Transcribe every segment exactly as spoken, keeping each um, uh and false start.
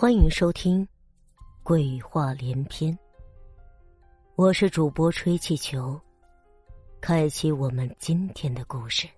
欢迎收听鬼话连篇，我是主播吹气球，开启我们今天的故事。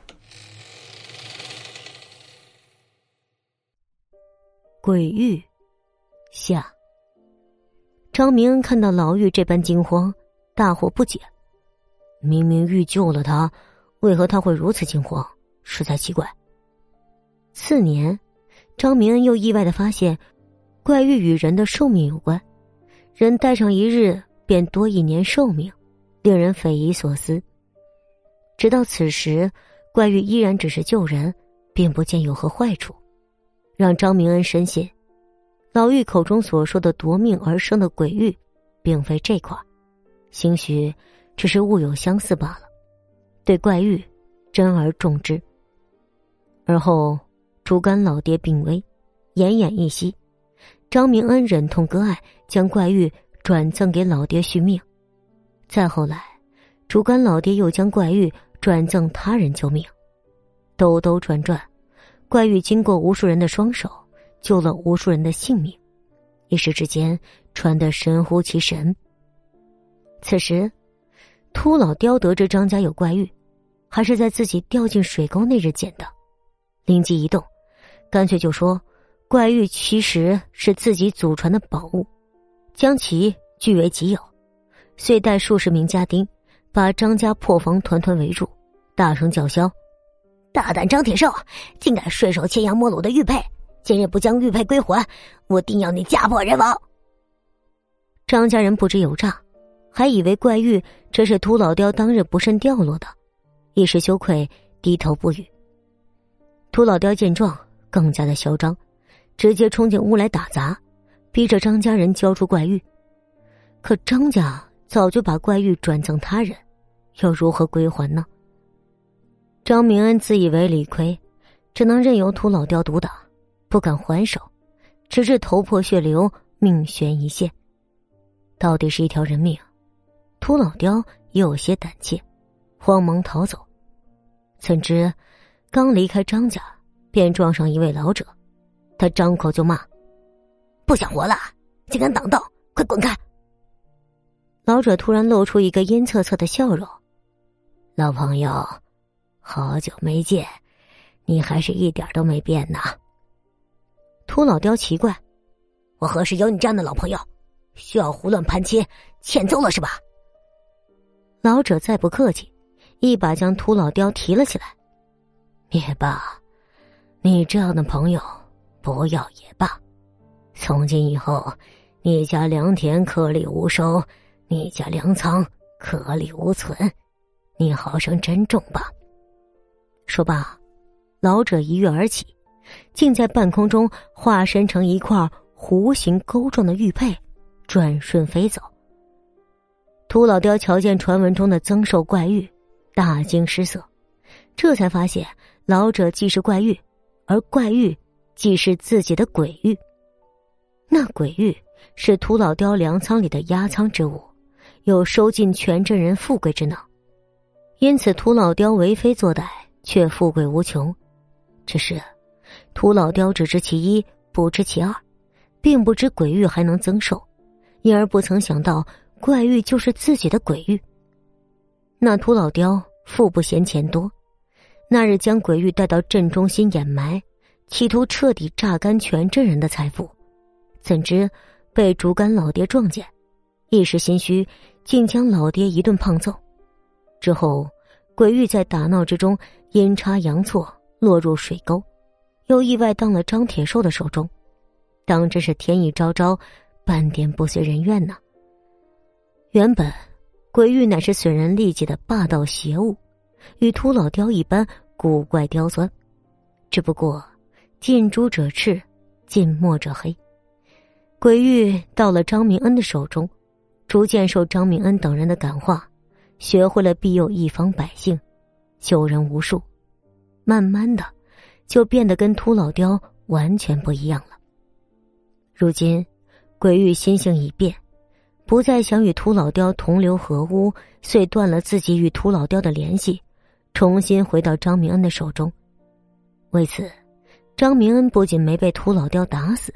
鬼域下，张明恩看到老妪这般惊慌，大惑不解。明明玉救了他，为何他会如此惊慌？实在奇怪。次年，张明恩又意外地发现，怪玉与人的寿命有关，人待上一日便多一年寿命，令人匪夷所思。直到此时，怪玉依然只是救人，并不见有何坏处，让张明恩深信老妪口中所说的夺命而生的鬼域并非这块，兴许只是物有相似罢了，对怪玉珍而重之。而后竹竿老爹病危，奄奄一息，张明恩忍痛割爱，将怪玉转赠给老爹续命。再后来，竹竿老爹又将怪玉转赠他人救命。兜兜转转，怪玉经过无数人的双手，救了无数人的性命，一时之间传得神乎其神。此时，秃老雕得知张家有怪玉，还是在自己掉进水沟那日捡的，灵机一动，干脆就说怪玉其实是自己祖传的宝物，将其据为己有，遂带数十名家丁把张家破房团团围住，大声叫嚣：大胆张铁寿，竟敢顺手牵羊摸了我的玉佩，今日不将玉佩归还，我定要你家破人亡！张家人不知有诈，还以为怪玉这是秃老雕当日不慎掉落的，一时羞愧，低头不语。秃老雕见状更加的嚣张，直接冲进屋来打砸，逼着张家人交出怪玉。可张家早就把怪玉转赠他人，又如何归还呢？张明恩自以为理亏，只能任由秃老雕毒打，不敢还手，直至头破血流，命悬一线。到底是一条人命，秃老雕也有些胆怯，慌忙逃走。怎知刚离开张家，便撞上一位老者，他张口就骂：不想活了，竟敢挡道，快滚开！老者突然露出一个阴恻恻的笑容：老朋友，好久没见，你还是一点都没变呢。秃老雕奇怪：我何时有你这样的老朋友？需要胡乱攀亲，欠揍了是吧？老者再不客气，一把将秃老雕提了起来：也罢，你这样的朋友不要也罢，从今以后，你家良田颗粒无收，你家粮仓颗粒无存，你好生珍重吧。说罢，老者一跃而起，竟在半空中化身成一块弧形钩状的玉佩，转瞬飞走。秃老雕瞧见传闻中的增寿怪玉，大惊失色，这才发现老者既是怪玉，而怪玉既是自己的鬼玉。那鬼玉是秃老雕粮仓里的压仓之物，有收尽全镇人富贵之能，因此秃老雕为非作歹，却富贵无穷。只是秃老雕只知其一，不知其二，并不知鬼玉还能增寿，因而不曾想到怪玉就是自己的鬼玉。那秃老雕富不嫌钱多，那日将鬼玉带到镇中心掩埋，企图彻底榨干全镇人的财富，怎知被竹竿老爹撞见，一时心虚，竟将老爹一顿胖揍。之后鬼玉在打闹之中阴差阳错落入水沟，又意外当了张铁寿的手中，当真是天意昭昭，半点不遂人愿呢。原本鬼玉乃是损人利己的霸道邪物，与秃老雕一般古怪刁钻，只不过近朱者赤，近墨者黑。鬼玉到了张明恩的手中，逐渐受张明恩等人的感化，学会了庇佑一方百姓，救人无数，慢慢的就变得跟秃老雕完全不一样了。如今鬼玉心性已变，不再想与秃老雕同流合污，遂断了自己与秃老雕的联系，重新回到张明恩的手中。为此，张明恩不仅没被秃老雕打死，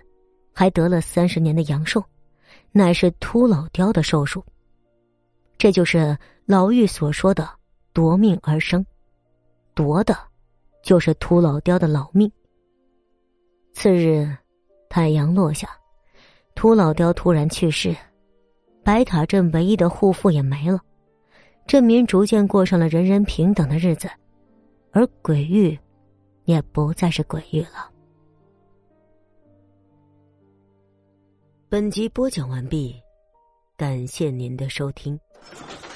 还得了三十年的阳寿，乃是秃老雕的寿数。这就是老妪所说的夺命而生，夺的就是秃老雕的老命。次日太阳落下，秃老雕突然去世，白塔镇唯一的护妇也没了，镇民逐渐过上了人人平等的日子，而鬼域也不再是鬼域了。本集播讲完毕，感谢您的收听。